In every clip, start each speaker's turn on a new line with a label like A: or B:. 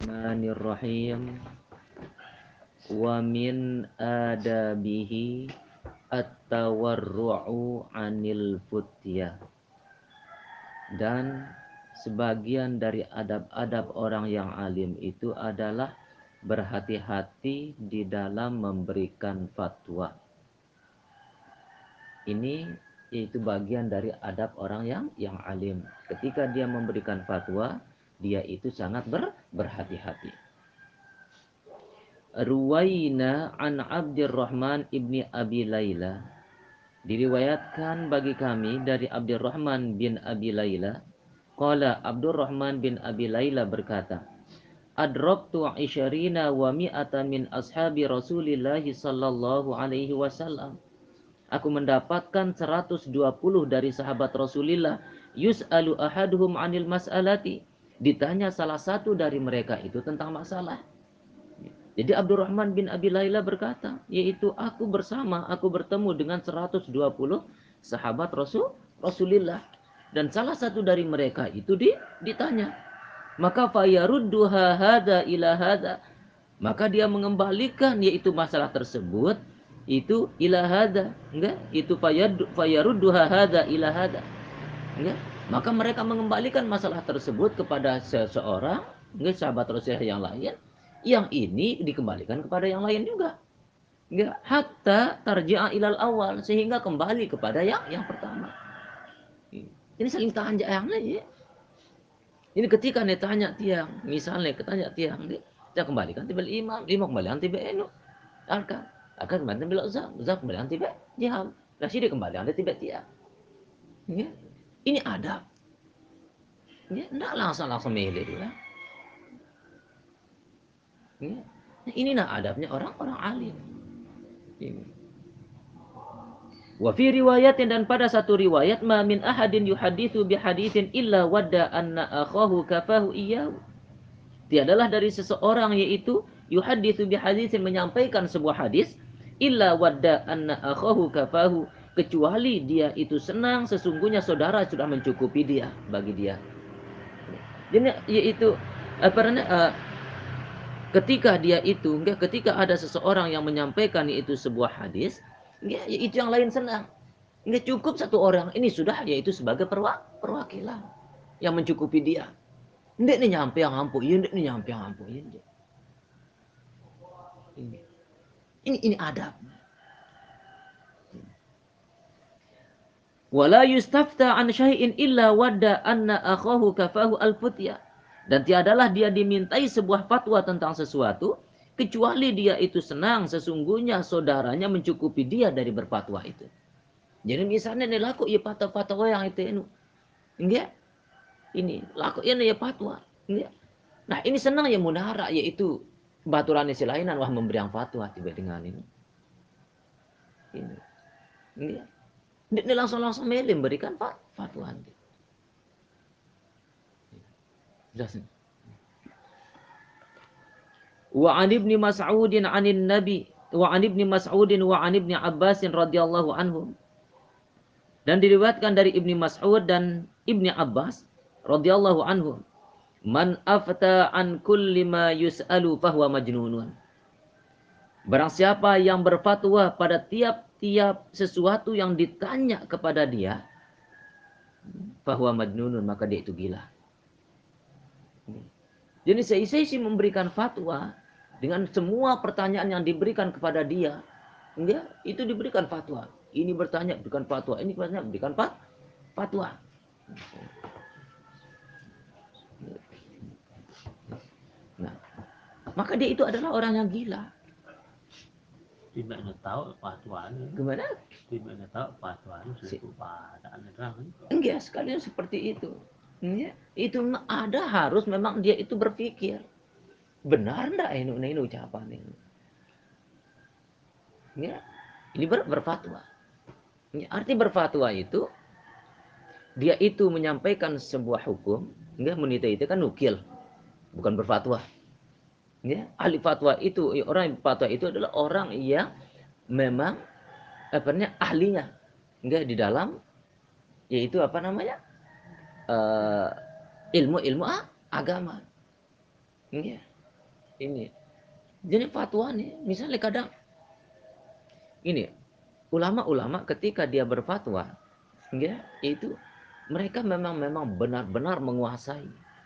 A: Bismillahirrahmanirrahim. Wa min adabihi at-tawarru'u 'anil futyah. Dan sebagian dari adab-adab orang yang alim itu adalah berhati-hati di dalam memberikan fatwa. Ini yaitu bagian dari adab orang yang alim. Ketika dia memberikan fatwa, dia itu sangat berhati-hati. Ruwaina an Abdurrahman ibni Abi Layla. Diriwayatkan bagi kami dari Abdurrahman bin Abi Layla. Qala Abdurrahman bin Abi Layla berkata, Adraktu isyarina wa mi'ata min ashabi Rasulillahi sallallahu alaihi wasallam. Aku mendapatkan 120 dari sahabat Rasulullah. Yus'alu ahaduhum anil mas'alati. Ditanya salah satu dari mereka itu tentang masalah. Jadi Abdurrahman bin Abi Layla berkata, yaitu aku bertemu dengan 120 sahabat Rasulullah. Dan salah satu dari mereka itu ditanya. Maka fayarudduha hada ila hada. Maka dia mengembalikan yaitu masalah tersebut itu ila hada, enggak? Itu fayarudduha hada ila hada. Enggak? Maka mereka mengembalikan masalah tersebut kepada seseorang, enggak, sahabat Rasulullah yang lain, yang ini dikembalikan kepada yang lain juga. Enggak, hatta tarji'a ilal awal, sehingga kembali kepada yang pertama. Ini saling tanya yang ya. Ini ketika nih tanya tiang, misalnya ketanya tiang, dia kembalikan tiba imam, imam kembalikan tiba enu, akan kembalikan tiba zak kembalikan tiba jiham, nasi dia kembalikan tiba tiang. Ya. Ini adab. Ya, enggak langsung milih dia. Ya. Ini nah adabnya orang-orang alim. Ini. Wa fi riwayatin, dan pada satu riwayat, ma min ahadin yuhaditsu bi haditsin illa wadda anna akhahu kafahu iyyahu. Tiadalah dari seseorang yaitu yuhaditsu bi haditsin, menyampaikan sebuah hadis, illa wadda anna akhahu kafahu, kecuali dia itu senang sesungguhnya saudara sudah mencukupi dia bagi dia. Jadi yaitu apa namanya, ketika dia itu enggak, ketika ada seseorang yang menyampaikan yaitu sebuah hadis, enggak, yaitu yang lain senang. Enggak cukup satu orang, ini sudah yaitu sebagai perwakilan yang mencukupi dia. Enggak nih nyampe yang ampuh, iya enggak nih nyampe yang ampuh, iya enggak. Ini adab. Wala yustafta an syai'in illa wadda anna akhahu kafahu al-futya. Dan tiadalah dia dimintai sebuah fatwa tentang sesuatu kecuali dia itu senang sesungguhnya saudaranya mencukupi dia dari berfatwa itu. Jadi misalnya nih laku ya fatwa yang itu enggak, ini laku ini ya fatwa enggak. Nah ini senang ya munara, yaitu baturan si lainan wah memberi yang fatwa tiba dengan ini enggak. Dia langsung milih memberikan fatwa. Wa an ibni Mas'udin 'anin Nabi wa an ibni Mas'udin wa an ibni Abbasin radhiyallahu anhum. Dan diriwayatkan dari Ibni Mas'ud dan Ibni Abbas radhiyallahu anhum, man afta an kulli ma yus'alu fahuwa majnunun. Barang siapa yang berfatwa pada tiap-tiap sesuatu yang ditanya kepada dia, fahuwa majnunun, maka dia itu gila. Jadi seisi memberikan fatwa dengan semua pertanyaan yang diberikan kepada dia, enggak, itu diberikan fatwa. Ini bertanya berikan fatwa, ini bertanya berikan fatwa. Nah, maka dia itu adalah orang yang gila.
B: Tidak tahu fatwanya.
A: Gimana?
B: Tidak tahu fatwanya sudah pada anak.
A: Enggak, sekalian seperti itu. Ya, itu ada harus memang dia itu berpikir benar enggak ini ucapan ini. Ya, ini berfatwa. Ya, arti berfatwa itu dia itu menyampaikan sebuah hukum, enggak, menita itu kan nukil, bukan berfatwa. Ya, ahli fatwa itu, orang yang fatwa itu adalah orang yang memang apa namanya ahlinya, enggak, di dalam yaitu apa namanya ilmu-ilmu agama. Ya. Ini. Jadi fatwa nih, misalnya kadang ini ulama-ulama ketika dia berfatwa, ya, itu mereka memang benar-benar menguasai.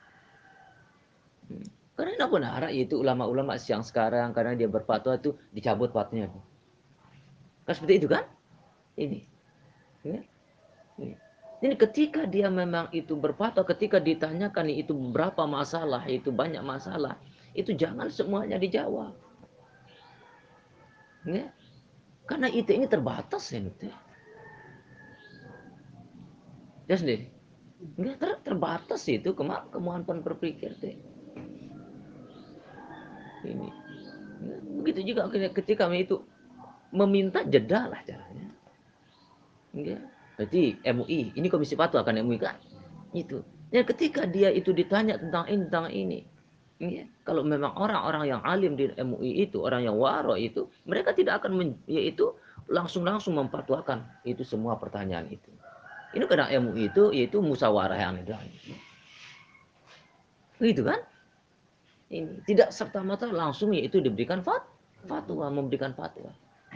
A: Karena tidak benar itu ulama-ulama siang sekarang karena dia berfatwa itu dicabut fatwanya. Kan seperti itu kan? Ini. Ya. Ini ketika dia memang itu berfatwa, ketika ditanyakan itu berapa masalah, itu banyak masalah, itu jangan semuanya dijawab. Ya. Karena itu ini terbatas ya. Ya sendiri. Enggak terbatas itu kemampuan berpikir teh. Ini. Ya, begitu juga ketika kami itu meminta jeda lah caranya. Ya. Berarti MUI, ini komisi fatwa kan MUI kan? Itu. Ya ketika dia itu ditanya tentang ini. Ya, kalau memang orang-orang yang alim di MUI itu, orang yang waro itu, mereka tidak akan yaitu langsung memfatwakan itu semua pertanyaan itu. Ini kadang MUI itu yaitu musyawarah yang ada. Gitu kan? Ini tidak serta-merta langsung yaitu diberikan fatwa, memberikan fatwa.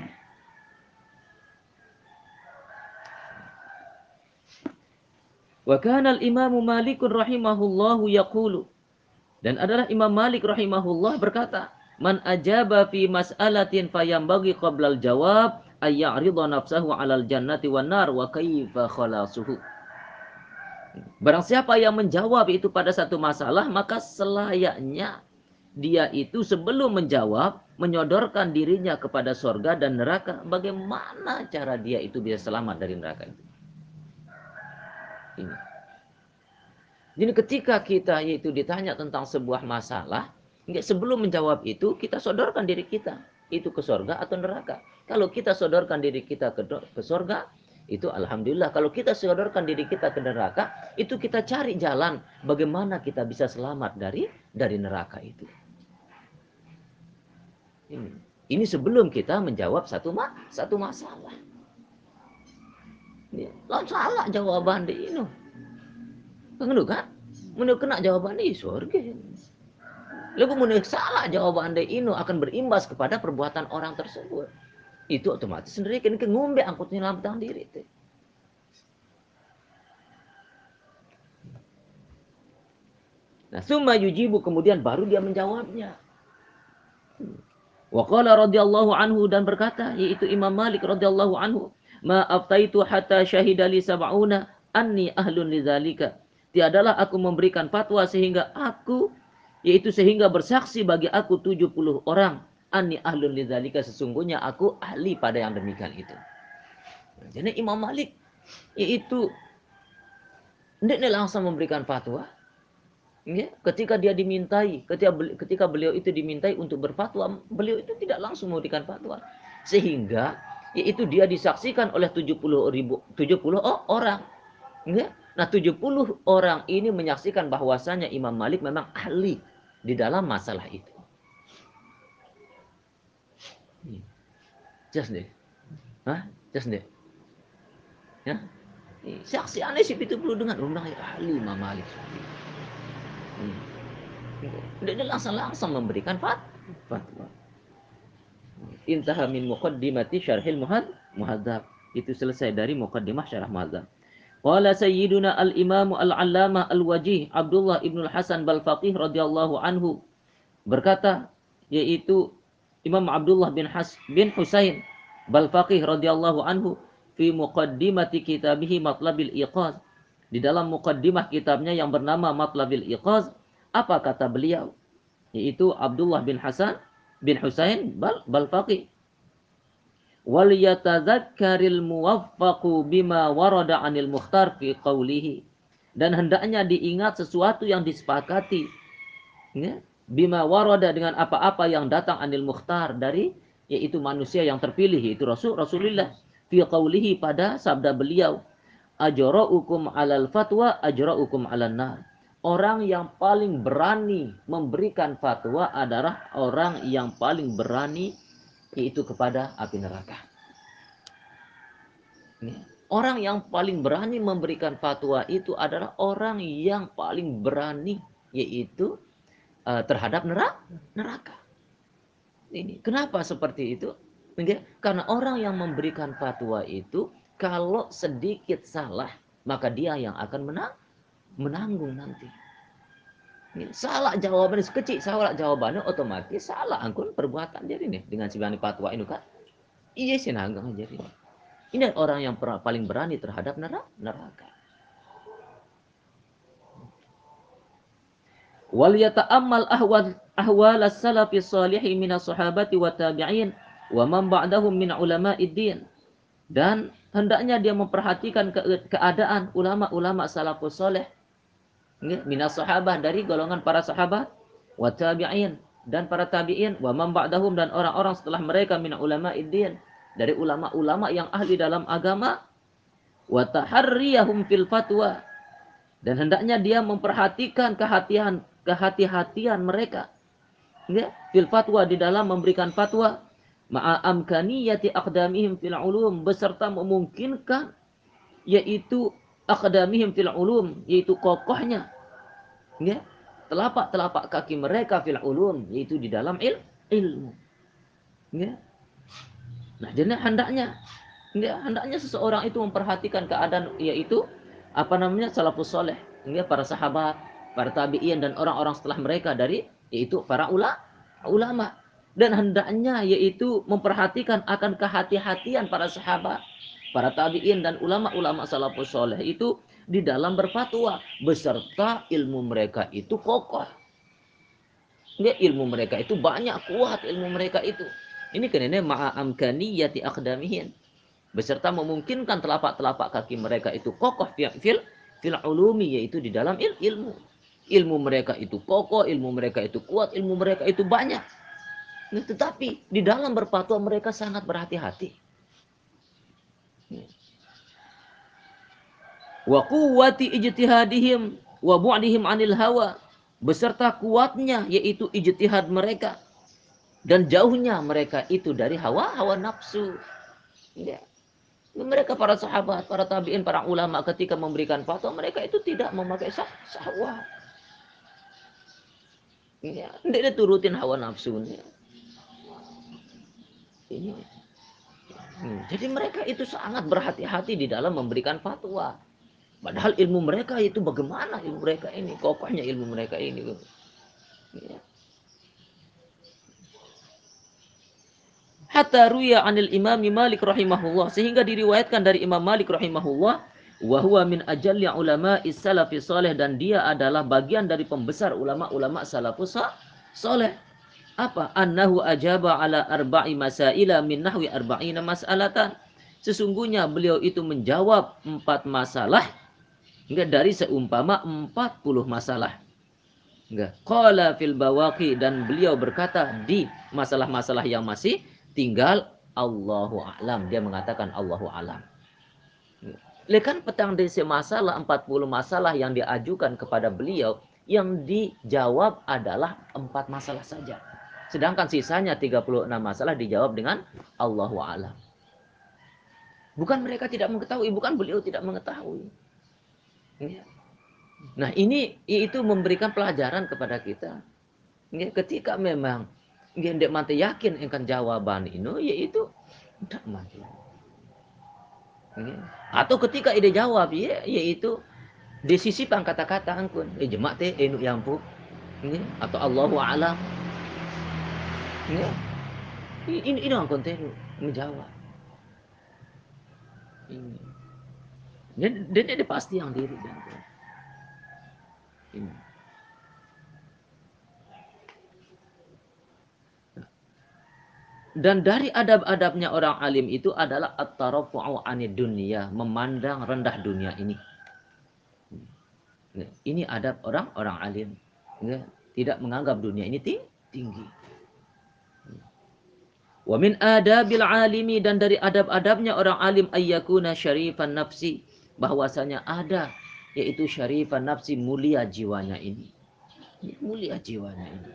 A: Wa kana al-Imam Malik rahimahullahu yaqulu, dan adalah Imam Malik rahimahullah berkata, man ajaba fi mas'alatin fayambaghi qabla al-jawab ay ya'rida nafsahu 'alal jannati wan nar wa kaifa khalasuhu. Barang siapa yang menjawab itu pada satu masalah, maka selayaknya dia itu sebelum menjawab, menyodorkan dirinya kepada sorga dan neraka. Bagaimana cara dia itu bisa selamat dari neraka itu? Ini. Jadi ketika kita itu ditanya tentang sebuah masalah, sebelum menjawab itu, kita sodorkan diri kita. Itu ke sorga atau neraka. Kalau kita sodorkan diri kita ke sorga, itu alhamdulillah. Kalau kita sodorkan diri kita ke neraka, itu kita cari jalan bagaimana kita bisa selamat dari neraka itu. Ini sebelum kita menjawab satu masalah. Lalu salah jawaban di ini. Pengen kan? Mun kena jawaban di surga. Lalu mun salah jawaban di ini akan berimbas kepada perbuatan orang tersebut. Itu otomatis sendiri kan ngombe angkutnya lampang diri teh. Nah, summa yujibu kemudian baru dia menjawabnya. Wa qala radhiyallahu anhu dan berkata yaitu Imam Malik radhiyallahu anhu, ma aftaitu hatta syahidali sab'una anni ahlun lidzalika. Tiadalah aku memberikan fatwa sehingga bersaksi bagi aku 70 orang anni ahlun lidzalika, sesungguhnya aku ahli pada yang demikian itu. Jadi Imam Malik yaitu tidak langsung memberikan fatwa. Ya, ketika beliau itu dimintai untuk berfatwa, beliau itu tidak langsung memberikan fatwa. Sehingga yaitu dia disaksikan oleh 70 orang. Ya. Nah, 70 orang ini menyaksikan bahwasanya Imam Malik memang ahli di dalam masalah itu. Just deh. Hah? Just deh. Ya. Saksi aneh sih 70 dengan ahli Imam Malik. Dia langsung memberikan fatwa. Intaha min muqaddimati syarhil muhadzab. Itu selesai dari muqaddimah syarah muhadzab. Qala sayyiduna al-imam al-allamah al-wajih Abdullah ibn al-Hasan Balfaqih radhiyallahu anhu berkata, yaitu Imam Abdullah bin Husain Balfaqih radhiyallahu anhu fi muqaddimati kitabihi Matlabil Iqaz. Di dalam muqaddimah kitabnya yang bernama Matlabil Iqaz, apa kata beliau? Yaitu Abdullah bin Husain Balfaqih. Wal yatadzakkaril muwaffaqu bima warada 'anil mukhtar fi qawlihi. Dan hendaknya diingat sesuatu yang disepakati. Ya, bima warada dengan apa-apa yang datang 'anil mukhtar dari yaitu manusia yang terpilih yaitu Rasulullah fi qawlihi pada sabda beliau, ajra'ukum 'alal fatwa ajra'ukum 'alan nar. Orang yang paling berani memberikan fatwa adalah orang yang paling berani yaitu kepada api neraka. Orang yang paling berani memberikan fatwa itu adalah orang yang paling berani yaitu terhadap neraka. Ini kenapa seperti itu? Karena orang yang memberikan fatwa itu kalau sedikit salah maka dia yang akan menanggung nanti. Salah jawabannya sekecil, salah jawabannya otomatis salah angkun perbuatan jadi nih dengan si fatwa itu kan. Iya sih nanggung jadi. Ini orang yang paling berani terhadap neraka. Wal yata'ammal ahwal as-salafi salihin min as-sahabati wa tabi'in wa man ba'dahum min ulama'id din. Dan hendaknya dia memperhatikan keadaan ulama-ulama salafus saleh minas sahabah dari golongan para sahabat wa tabi'in dan para tabi'in wa man ba'dahum dan orang-orang setelah mereka min ulama'id din dari ulama-ulama yang ahli dalam agama wa taharriyahum fil fatwa dan hendaknya dia memperhatikan kehati-hatian mereka fil fatwa di dalam memberikan fatwa ma'a amkaniyati aqdamihim fil ulum beserta memungkinkan yaitu aqdamihim fil ulum yaitu kokohnya telapak kaki mereka fil ulum yaitu di dalam ilmu. Nah, jadi hendaknya seseorang itu memperhatikan keadaan yaitu salafus saleh, para sahabat, para tabi'in dan orang-orang setelah mereka dari yaitu para ulama dan hendaknya yaitu memperhatikan akan kehati-hatian para sahabat, para tabi'in dan ulama-ulama salafus saleh itu di dalam berfatwa beserta ilmu mereka itu kokoh. Ilmu mereka itu banyak, kuat ilmu mereka itu. Ini karena ma'amkaniyati aqdamihin. Beserta memungkinkan telapak-telapak kaki mereka itu kokoh fil ulumi yaitu di dalam ilmu. Ilmu mereka itu kokoh, ilmu mereka itu kuat, ilmu mereka itu banyak. Nah, tetapi di dalam berfatwa mereka sangat berhati-hati. Wa quwwati ijtihadihim wa bu'dihim 'anil hawa beserta kuatnya yaitu ijtihad mereka dan jauhnya mereka itu dari hawa nafsu. Ya. Mereka para sahabat, para tabi'in, para ulama ketika memberikan fatwa mereka itu tidak memakai syahwat. Ya, tidak turutin hawa nafsunya. Ini. Jadi mereka itu sangat berhati-hati di dalam memberikan fatwa. Padahal ilmu mereka itu bagaimana ilmu mereka ini, kokohnya ilmu mereka ini. Ya. Hatta ruya anil Imam Malik rahimahullah sehingga diriwayatkan dari Imam Malik rahimahullah wa huwa min ajalli ulama salafi saleh dan dia adalah bagian dari pembesar ulama-ulama salafus saleh. Apa? Annahu ajaba ala arba'i masaila min nahwi arba'ina mas'alatan. Sesungguhnya beliau itu menjawab 4 masalah dari seumpama 40 masalah. Qala fil bawaqi dan beliau berkata di masalah-masalah yang masih tinggal Allahu a'lam. Dia mengatakan Allahu a'lam. Lekan petang desi masalah 40 masalah yang diajukan kepada beliau yang dijawab adalah 4 masalah saja. Sedangkan sisanya 36 masalah dijawab dengan Allahu a'lam. Bukan mereka tidak mengetahui, bukan beliau tidak mengetahui. Nah, ini itu memberikan pelajaran kepada kita. Ketika memang ndek mate yakin engkan jawaban ini yaitu ndak mati. Atau ketika ide jawab yaitu disisipkan kata-kata angkun jemak teh enu yampu atau Allahu a'lam. Ini angkun teh menjawab. Ini dia pasti yang diri ini. Dan dari adab-adabnya orang alim itu adalah at-tarafu'u 'anid dunya, memandang rendah dunia ini. Ini adab orang alim. Tidak menganggap dunia ini tinggi. Wa min adabil alimi dan dari adab-adabnya orang alim ayyakuna syarifan nafsi, bahwasanya ada yaitu syarifan nafsi, mulia jiwanya ini. Mulia jiwanya ini.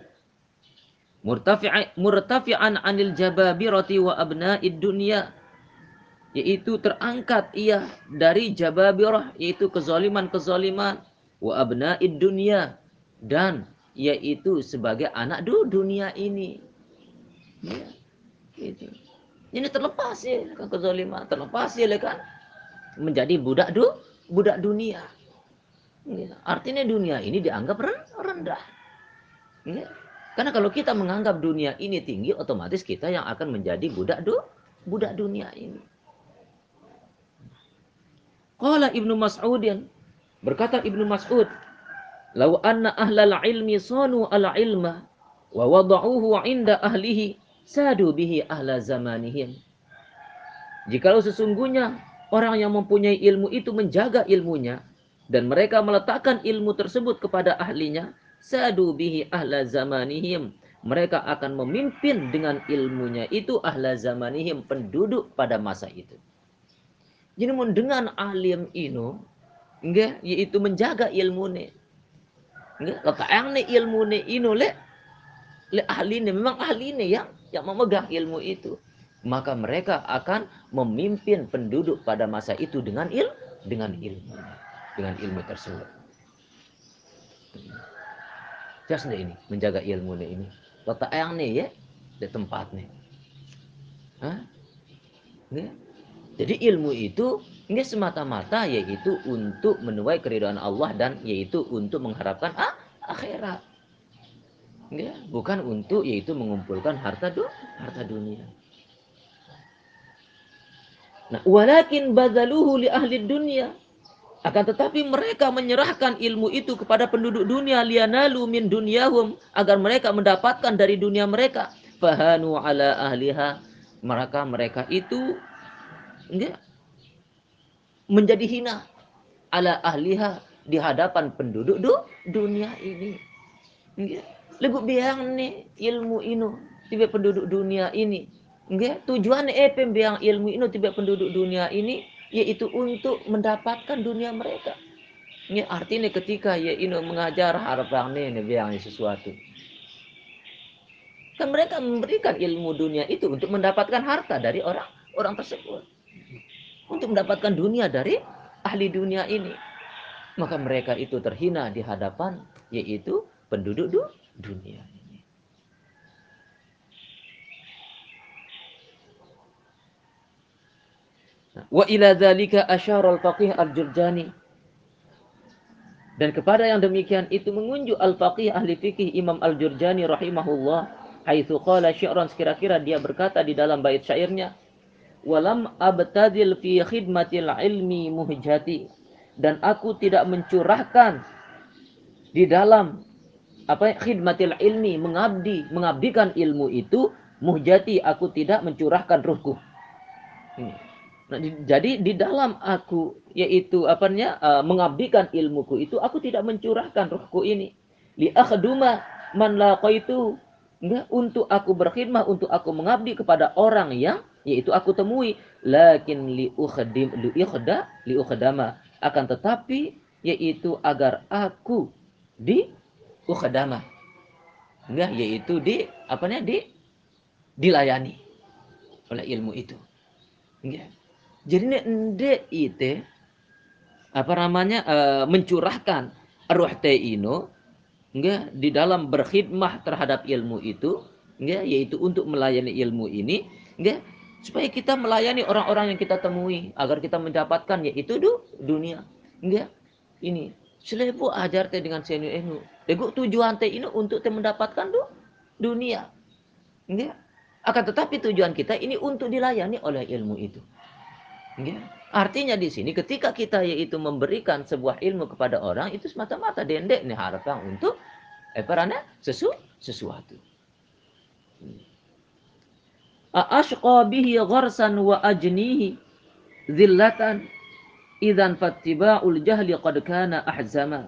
A: Murtafi'an 'anil jababirati wa abna'id dunya, yaitu terangkat ia dari jababirah yaitu kezaliman wa abna'id dunya dan yaitu sebagai anak dunia ini. Ya, gitu. Ini terlepas ya kan kezaliman, terlepas ya kan menjadi budak dunia. Ya, artinya dunia ini dianggap rendah. Ya. Karena kalau kita menganggap dunia ini tinggi, otomatis kita yang akan menjadi budak dunia ini. Qala Ibnu Mas'udin, berkata Ibnu Mas'ud, "Lau anna ahlal ilmi sanu al ilma wa wada'uhu 'inda ahlihi sadu bihi ahla zamanihim." Jikalau sesungguhnya orang yang mempunyai ilmu itu menjaga ilmunya dan mereka meletakkan ilmu tersebut kepada ahlinya, sadu bihi ahla zamanihim, mereka akan memimpin dengan ilmunya itu ahla zamanihim, penduduk pada masa itu. Jadi dengan alim inu, nggih, yaitu menjaga ilmune. Nggih, letakane ilmune inu le ahline, memang ahline yang memegang ilmu itu. Maka mereka akan memimpin penduduk pada masa itu dengan ilmu tersebut. Jelas ini menjaga ilmu ini. Letak yang nih ya di tempat nih. Hah? Nih. Jadi ilmu itu nggak semata-mata yaitu untuk menuai keridhaan Allah dan yaitu untuk mengharapkan akhirat. Nggak, bukan untuk yaitu mengumpulkan harta dunia. Nah, walakin badzaluhu li ahli dunia. Akan tetapi mereka menyerahkan ilmu itu kepada penduduk dunia, liyanalu min dunyahum, agar mereka mendapatkan dari dunia mereka. Fahanu ala ahliha, mereka itu enggak menjadi hina ala ahliha, di hadapan penduduk dunia ini. Enggak. Lebih biang nih ilmu ini tiba penduduk dunia ini. Enggak, tujuan pembiang ilmu ini tiba penduduk dunia ini yaitu untuk mendapatkan dunia mereka. Ini artinya ketika ya ini mengajar harapan ini biang sesuatu. Kan mereka memberikan ilmu dunia itu untuk mendapatkan harta dari orang tersebut. Untuk mendapatkan dunia dari ahli dunia ini. Maka mereka itu terhina di hadapan yaitu penduduk dunia. Wa ila dzalika asyara al-faqih al-Jurjani. Dan kepada yang demikian itu mengunjuk al-faqih ahli fikih Imam al-Jurjani rahimahullah, haitsu qala syi'ran, sekira-kira dia berkata di dalam bait syairnya, walam abtadil fi khidmatil ilmi muhjati, dan aku tidak mencurahkan di dalam khidmatil ilmi, mengabdikan ilmu itu, muhjati, aku tidak mencurahkan ruhku. Nah, jadi di dalam aku yaitu mengabdikan ilmuku itu, aku tidak mencurahkan ruhku ini li akhduma man laqaitu, enggak, untuk aku berkhidmah, untuk aku mengabdi kepada orang yang yaitu aku temui, lakin li ukhdama, akan tetapi yaitu agar aku di ukhdama, enggak, yaitu dilayani oleh ilmu itu. Enggak. Jadi ndek itu mencurahkan ruh teh ino enggak di dalam berkhidmah terhadap ilmu itu, enggak, yaitu untuk melayani ilmu ini, enggak, supaya kita melayani orang-orang yang kita temui agar kita mendapatkan yaitu dunia. Enggak. Ini selebu ajar teh dengan senu enu. Dego tujuan teh ini untuk teh mendapatkan dunia. Enggak. Akan tetapi tujuan kita ini untuk dilayani oleh ilmu itu. Ya. Artinya di sini ketika kita yaitu memberikan sebuah ilmu kepada orang, itu semata-mata dendek nih harapan untuk sesuatu. A'ashqa bihi gharsan wa ajnihi zillatan idzan fattiba'ul jahli qad kana ahzama.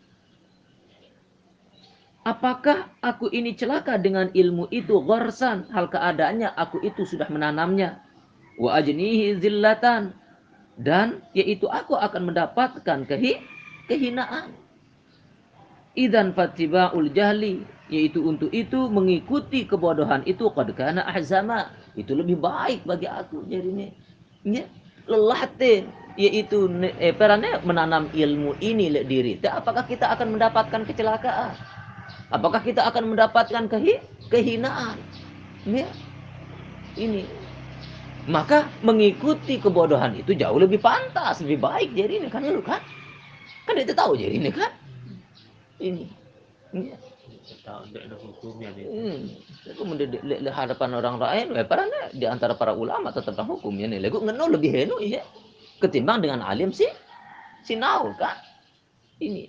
A: Apakah aku ini celaka dengan ilmu itu gharsan, hal keadaannya aku itu sudah menanamnya, wa ajnihi zillatan, dan yaitu aku akan mendapatkan kehinaan. Idzan fattiba'ul jahli, yaitu untuk itu mengikuti kebodohan itu qad kana ahzama, itu lebih baik bagi aku jadinya. Ya, lelah teh yaitu menanam ilmu ini le diri. Apakah kita akan mendapatkan kecelakaan? Apakah kita akan mendapatkan kehinaan? Ya, ini. Maka mengikuti kebodohan itu jauh lebih pantas, lebih baik jadi ini kan lu kan? Kan itu tahu jadi ini kan? Ini. Ya.
B: Tahu ada hukumnya dia.
A: Lagu di hadapan orang lain, parahnya di antara para ulama tentang hukumnya nih. Lagu ngeno lebih henu ya. Ketimbang dengan alim sih sinau kan? Ini.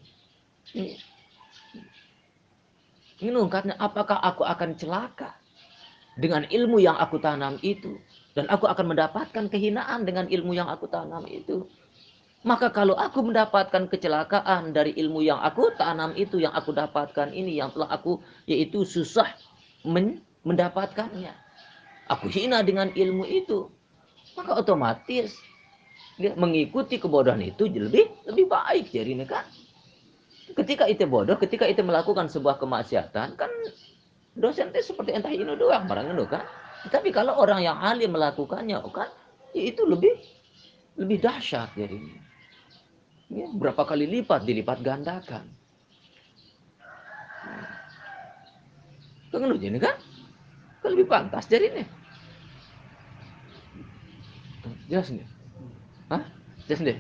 A: Ini katanya apakah aku akan celaka dengan ilmu yang aku tanam itu, dan aku akan mendapatkan kehinaan dengan ilmu yang aku tanam itu. Maka kalau aku mendapatkan kecelakaan dari ilmu yang aku tanam itu, yang aku dapatkan ini, yang telah aku yaitu susah mendapatkannya, aku hina dengan ilmu itu, maka otomatis dia mengikuti kebodohan itu lebih baik jadi ini kan. Ketika itu bodoh, ketika itu melakukan sebuah kemaksiatan kan dosen itu seperti entah ini doang barang itu kan. Tapi kalau orang yang alim melakukannya kan, ya itu lebih dahsyat jadinya. Ya, berapa kali dilipat gandakan. Kan ini kan? Kan lebih pantas jadinya. Jelas nih? Hah? Jelas nih?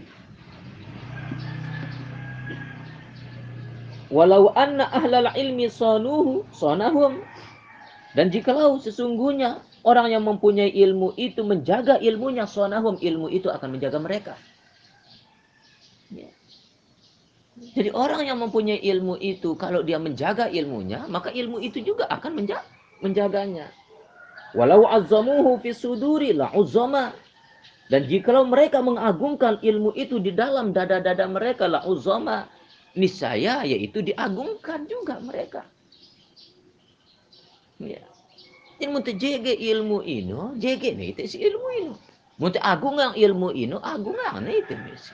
A: Walau anna ahlal ilmi sonahum. Dan jikalau sesungguhnya orang yang mempunyai ilmu itu menjaga ilmunya, sonahum, ilmu itu akan menjaga mereka. Ya. Jadi orang yang mempunyai ilmu itu, kalau dia menjaga ilmunya, maka ilmu itu juga akan menjaganya. Walau azzamuhu fi suduri la'uzzama. Dan jikalau mereka mengagungkan ilmu itu di dalam dada-dada mereka, la'uzzama, niscaya yaitu diagungkan juga mereka. Ya. Jadi muntah jege ilmu ino, jege nih itu si ilmu ino. Muntah agung yang ilmu ino, agung yang itu misi.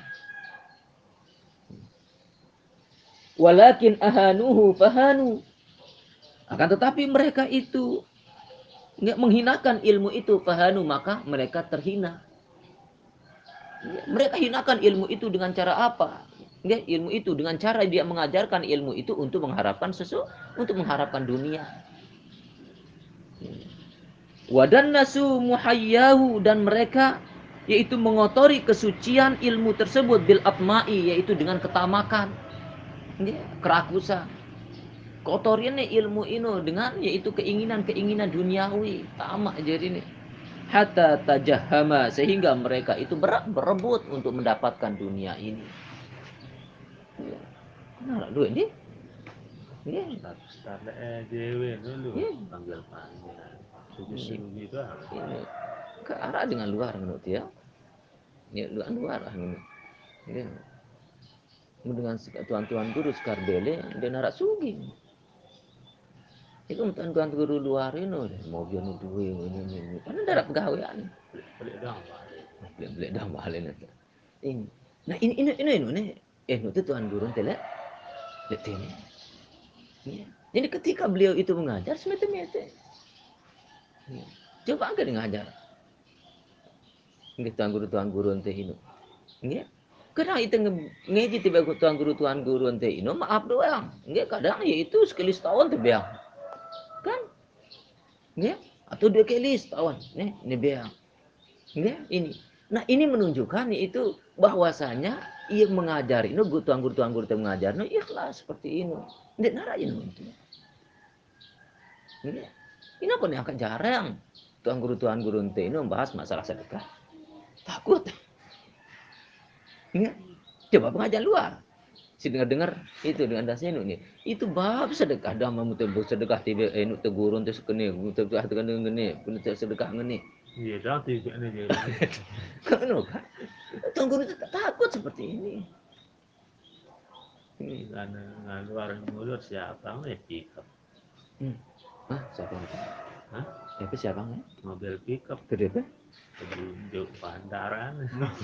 A: Walakin ahanuhu fahanu. Akan tetapi mereka itu nggak menghinakan ilmu itu, fahanu, maka mereka terhina. Mereka hinakan ilmu itu dengan cara apa? Nggak, ilmu itu dengan cara dia mengajarkan ilmu itu untuk mengharapkan untuk mengharapkan dunia. Wadan nasu muhayyahu, dan mereka yaitu mengotori kesucian ilmu tersebut bil atma'i, yaitu dengan ketamakan, kerakusan. Kotoriannya ilmu ini dengan yaitu keinginan duniawi, tamak jadi nih. Hatta tajahama, sehingga mereka itu berebut untuk mendapatkan dunia ini. Nah, dulu ini
B: Start DW dulu panggil sugi itu
A: ini ke arah dengan luar menurut ya. Ya luar lah ini. Ya. Dengan tuan-tuan guru sekardele dan narak sugi. Itu tuan-tuan guru luar ini mobil ini duwe ini. Karena darat pegawaian. Beli dah balik nanti. Ini. Nah ini. Itu tuan guru tele. Lihat ini. Ya. Jadi ketika beliau itu mengajar semete-mete. Ya. Coba angkat ngajar. Ini tuan guru ente ini. Ya. Kadang itu ngaji tiba tuan guru ente ini maaf doang. Ya, kadang ya itu sekali setahun tuh beang. Kan? Ya. Atau 2 kali setahun. Ini beang. Ya, ini. Nah, ini menunjukkan itu bahwasanya ia mengajar ini tuan guru itu mengajar no ikhlas seperti ini. Ndak narain itu. Ya. Ini apa nih akan jarang tuan guru ente ini membahas masalah sedekah. Takut. Ya. Coba pengajar luar. Si dengar itu dengan dasnya ini. Itu bab sedekah dah mamu sedekah tiba enu tegurun tu sekene, sedekah tekan ngene, sedekah ngene.
B: Iya dah tiba ni dia.
A: Kan kan? Tuan guru itu takut seperti ini.
B: Karena luar mulut siapa nih pickup?
A: Siapa itu?
B: Hah?
A: Siapa nih?
B: Mobil pickup.
A: Gede apa?
B: Di bandaran.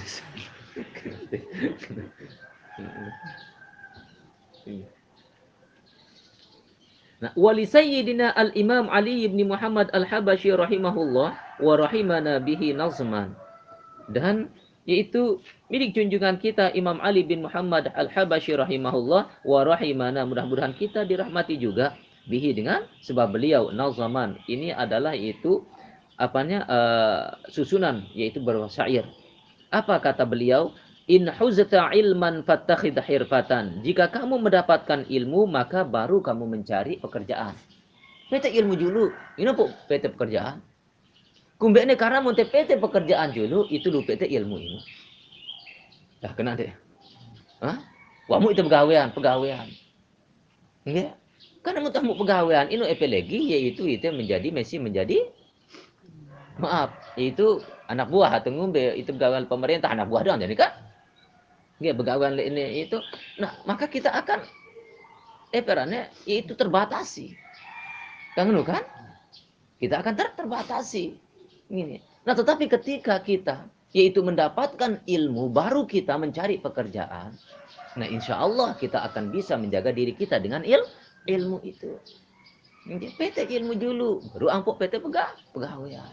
A: Nah, wali sayyidina al-imam Ali bin Muhammad al-Habashi rahimahullah wa rahimana bihi nazman. Dan yaitu milik junjungan kita Imam Ali bin Muhammad al-Habashi rahimahullah wa rahimana, mudah-mudahan kita dirahmati juga bihi dengan sebab beliau nazaman. Ini adalah itu apanya susunan yaitu bersyair. Apa kata beliau? In huzta ilman fattakhidh hirfatan. Jika kamu mendapatkan ilmu maka baru kamu mencari pekerjaan. PT ilmu dulu. Ini apa PT pekerjaan? Kumbe ini karena mau PT pekerjaan dulu itu lu PT ilmu ini. Dah kena deh. Hah? Wamu itu pegawaian. Nggih. Karena mau pegawaian ini apalagi yaitu itu menjadi maaf, itu anak buah atau ngombe itu pegawai pemerintah anak buah doang jadi kan? Nggih pegawai ini itu. Nah, maka kita akan perannya itu terbatasi. Kan kan? Kita akan terbatasi. Ini. Nah, tetapi ketika kita yaitu mendapatkan ilmu baru kita mencari pekerjaan. Nah, insya Allah kita akan bisa menjaga diri kita dengan ilmu itu. PT ilmu dulu, baru ampuk PT pegawaian.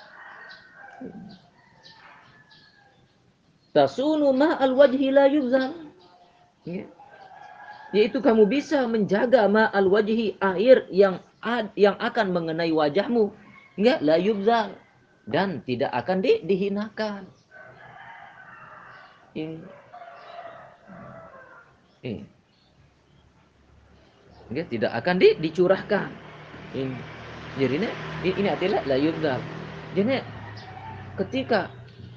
A: Tasunu ma'al wajhi la yubzal. Yaitu kamu bisa menjaga ma'al wajhi air yang akan mengenai wajahmu. Enggak, la yubzal. Dan tidak akan dihinakan. Ini. Enggak, tidak akan dicurahkan. Ini. Jadi ini adalah la yubzal. Jadi ketika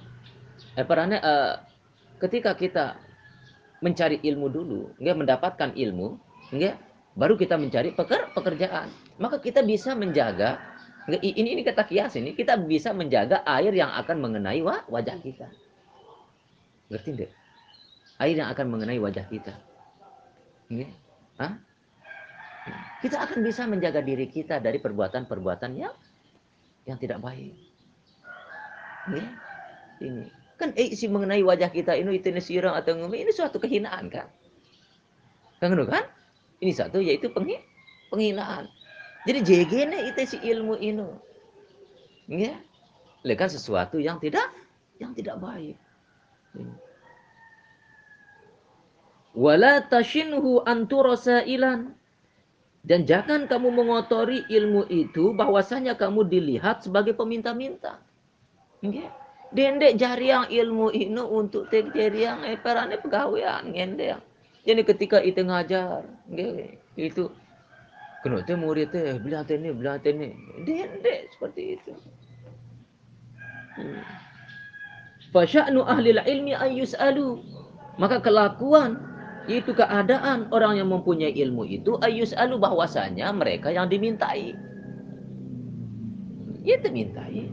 A: ketika kita mencari ilmu dulu, enggak mendapatkan ilmu, enggak baru kita mencari pekerjaan. Maka kita bisa menjaga ini kata kias ini kita bisa menjaga air yang akan mengenai wajah kita. Ngerti enggak? Air yang akan mengenai wajah kita. Enggak? Hah? Kita akan bisa menjaga diri kita dari perbuatan-perbuatan yang tidak baik. Enggak? Ini kan isi mengenai wajah kita ini sirang atau ngomong ini suatu kehinaan kan? Kan? Ini satu yaitu penghinaan. Jadi jegene itu si ilmu ini. Ya. Lekan sesuatu yang tidak baik. Wala tashinhu anturasailan. Dan jangan kamu mengotori ilmu itu bahwasanya kamu dilihat sebagai peminta-minta. Ya. Dendek jariang ilmu ini untuk jariang perane pegawaian ngendek. Jadi ketika itu ngajar, itu kenapa murid belah ini, dendek seperti itu. Fasya'nu ahli ilmi ayyus'alu. Maka kelakuan yaitu keadaan orang yang mempunyai ilmu itu ayyus'alu bahwasanya mereka yang dimintai. Ya dimintai.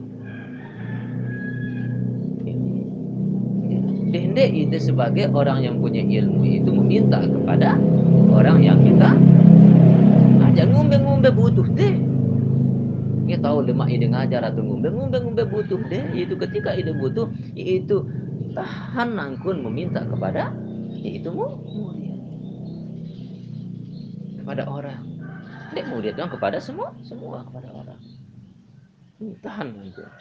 A: Dendek itu sebagai orang yang punya ilmu itu meminta kepada orang yang kita ajak ngombe butuh deh. Kita tahu lemak ide ngajar atau ngombe butuh deh. Itu ketika ide butuh, itu tahan nangkun meminta kepada yaitu murid kepada orang. Dek murid dong kepada semua kepada orang. Tahan nangkun.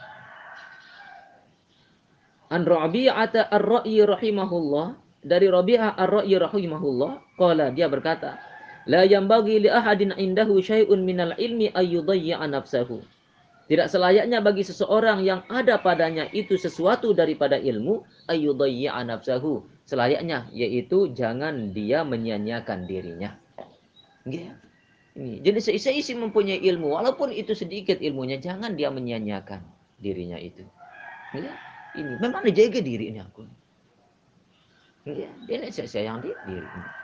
A: An Rabi'ah ar-Ra'yi rahimahullah, dari Rabi'ah ar-Ra'yi rahimahullah, qala dia berkata, la yanbaghi li ahadin indahu syai'un minal ilmi ayyudayya nafsahu. Tidak selayaknya bagi seseorang yang ada padanya itu sesuatu daripada ilmu ayyudayya nafsahu. Selayaknya yaitu jangan dia menyia-nyiakan dirinya. Ini. Jadi seisi mempunyai ilmu walaupun itu sedikit ilmunya jangan dia menyia-nyiakan dirinya itu. Ya. Ini memang dijaga dirinya aku. Ya, ini saya sayang diri.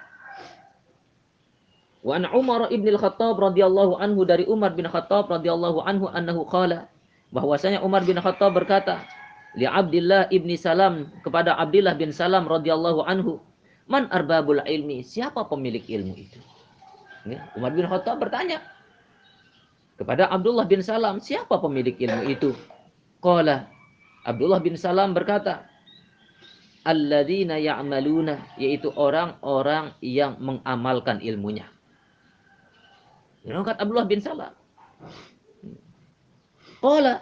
A: Wa an Umar ibn al-Khattab radhiyallahu anhu, dari Umar bin Khattab radhiyallahu anhu annahu qala, bahwasanya Umar bin Khattab berkata li Abdullah ibn Salam, kepada Abdullah bin Salam radhiyallahu anhu, man arbabul ilmi, siapa pemilik ilmu itu? Ya, Umar bin Khattab bertanya kepada Abdullah bin Salam, siapa pemilik ilmu itu? Qala, Abdullah bin Salam berkata, alladzina ya'maluna, yaitu orang-orang yang mengamalkan ilmunya. Ini kata Abdullah bin Salam. Qala,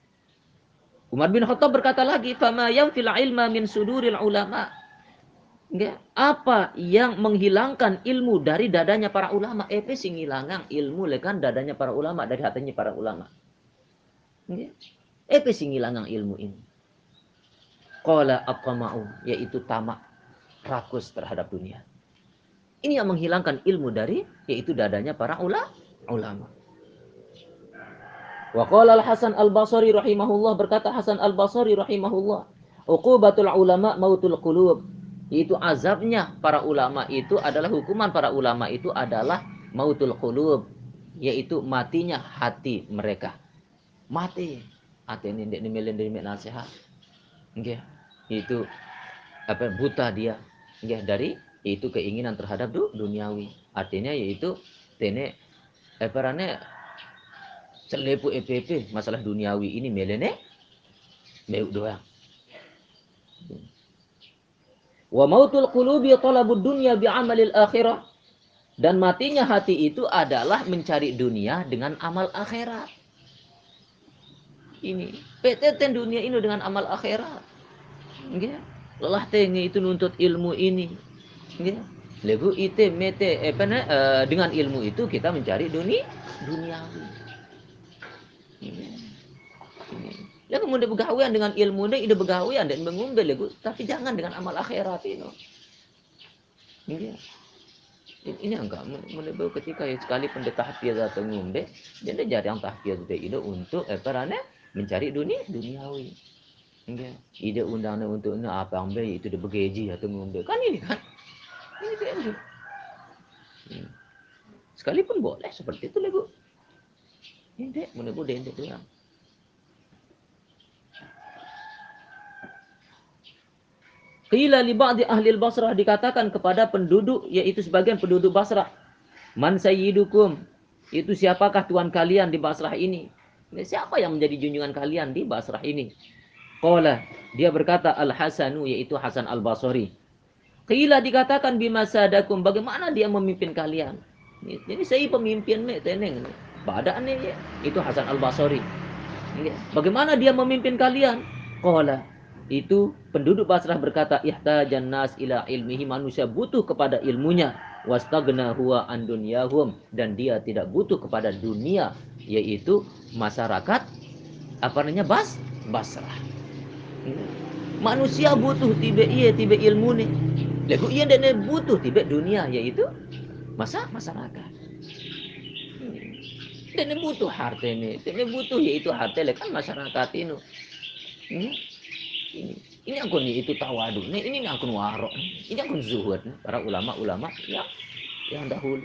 A: Umar bin Khattab berkata lagi, fama yanfil ilma min suduril ulama. Nggih, apa yang menghilangkan ilmu dari dadanya para ulama? Epe sing ngilangang ilmu lekan dadanya para ulama dari hatinya para ulama. Nggih. Epe sing ngilangang ilmu ini? Qala at-tama'u, yaitu tamak, rakus terhadap dunia. Ini yang menghilangkan ilmu dari yaitu dadanya para ulama. Wa qala al-Hasan al-Basri rahimahullah, berkata Hasan al-Basri rahimahullah, uqubatul ulama mautul qulub. Yaitu azabnya para ulama itu adalah hukuman para ulama itu adalah mautul qulub, yaitu matinya hati mereka. Mati. Hati ini ndek nimelen dari nasihat. Nggih. Itu apa buta dia. Nggih, dari itu keinginan terhadap duniawi. Artinya yaitu tene eparane selepu EPP masalah duniawi ini melene meu doang. Wa mautul qulubi talabud dunya bi'amalil akhirah. Dan matinya hati itu adalah mencari dunia dengan amal akhirat. Ini PTT dunia ini dengan amal akhirat. Nggih. Lelah tenge itu nuntut ilmu ini. Nggih. Legu ite mete dengan ilmu itu kita mencari duniawi. Ini. Ya kemudian begawean dengan ilmu ini begawean dan mengumbe legu, tapi jangan dengan amal akhirat ini. Ini enggak menurut ketika ya sekali pendeta tahfidz atau ngumbe, jadi jarang tahfidz itu untuk mencari duniawi. Enggak. Ide undangnya untuk apa ambe itu de begeji atau ngumbe. Kan ini kan. Ini kan. Sekalipun boleh seperti itu lego. Ini menurut dendek doang. Qila li ba'di ahli al-Basrah, dikatakan kepada penduduk yaitu sebagian penduduk Basrah, man sayyidukum, itu siapakah tuan kalian di Basrah ini? Siapa yang menjadi junjungan kalian di Basrah ini? Qala, dia berkata Al-Hasanu, yaitu Hasan Al-Basri. Qila, dikatakan bimasadakum, bagaimana dia memimpin kalian? Jadi saya pemimpin teneng. Badan ya, itu Hasan Al-Basri. Bagaimana dia memimpin kalian? Qala, itu penduduk Basrah berkata, ihtajan nas ila ilmihi, manusia butuh kepada ilmunya, wastagna huwa an dunyahum, dan dia tidak butuh kepada dunia, yaitu masyarakat Basrah. Manusia butuh tiba ilmu nih. Lagu iya dan butuh tiba dunia, yaitu masyarakat. Dan butuh harta ini, dan butuh yaitu harta kan masyarakat ini. Ini akun itu tawadu, ini akun warok, ini akun zuhud, para ulama-ulama yang dahulu.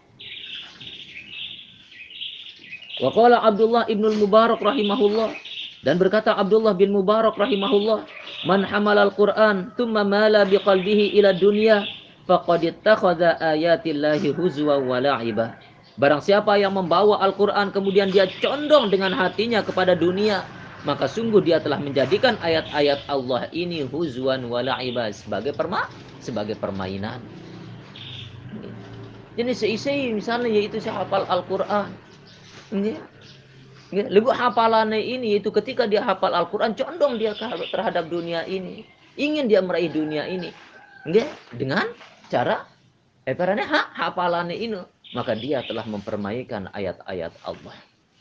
A: Wa qala Abdullah ibnul Mubarak rahimahullah, dan berkata Abdullah bin Mubarak rahimahullah, man hamalal Qur'an thumma mala biqalbihi ila dunya faqad ittakhadha ayatillahi huzwa wa la'iba. Barang siapa yang membawa Al-Qur'an kemudian dia condong dengan hatinya kepada dunia, maka sungguh dia telah menjadikan ayat-ayat Allah ini huzwan wa la'iba, sebagai permainan. Jadi seisi misalnya yaitu saya hafal Al-Qur'an. Lagu hafalannya ini itu ketika dia hafal Al-Quran, condong dia terhadap dunia ini, ingin dia meraih dunia ini, dengan cara hafalannya ini, maka dia telah mempermainkan ayat-ayat Allah.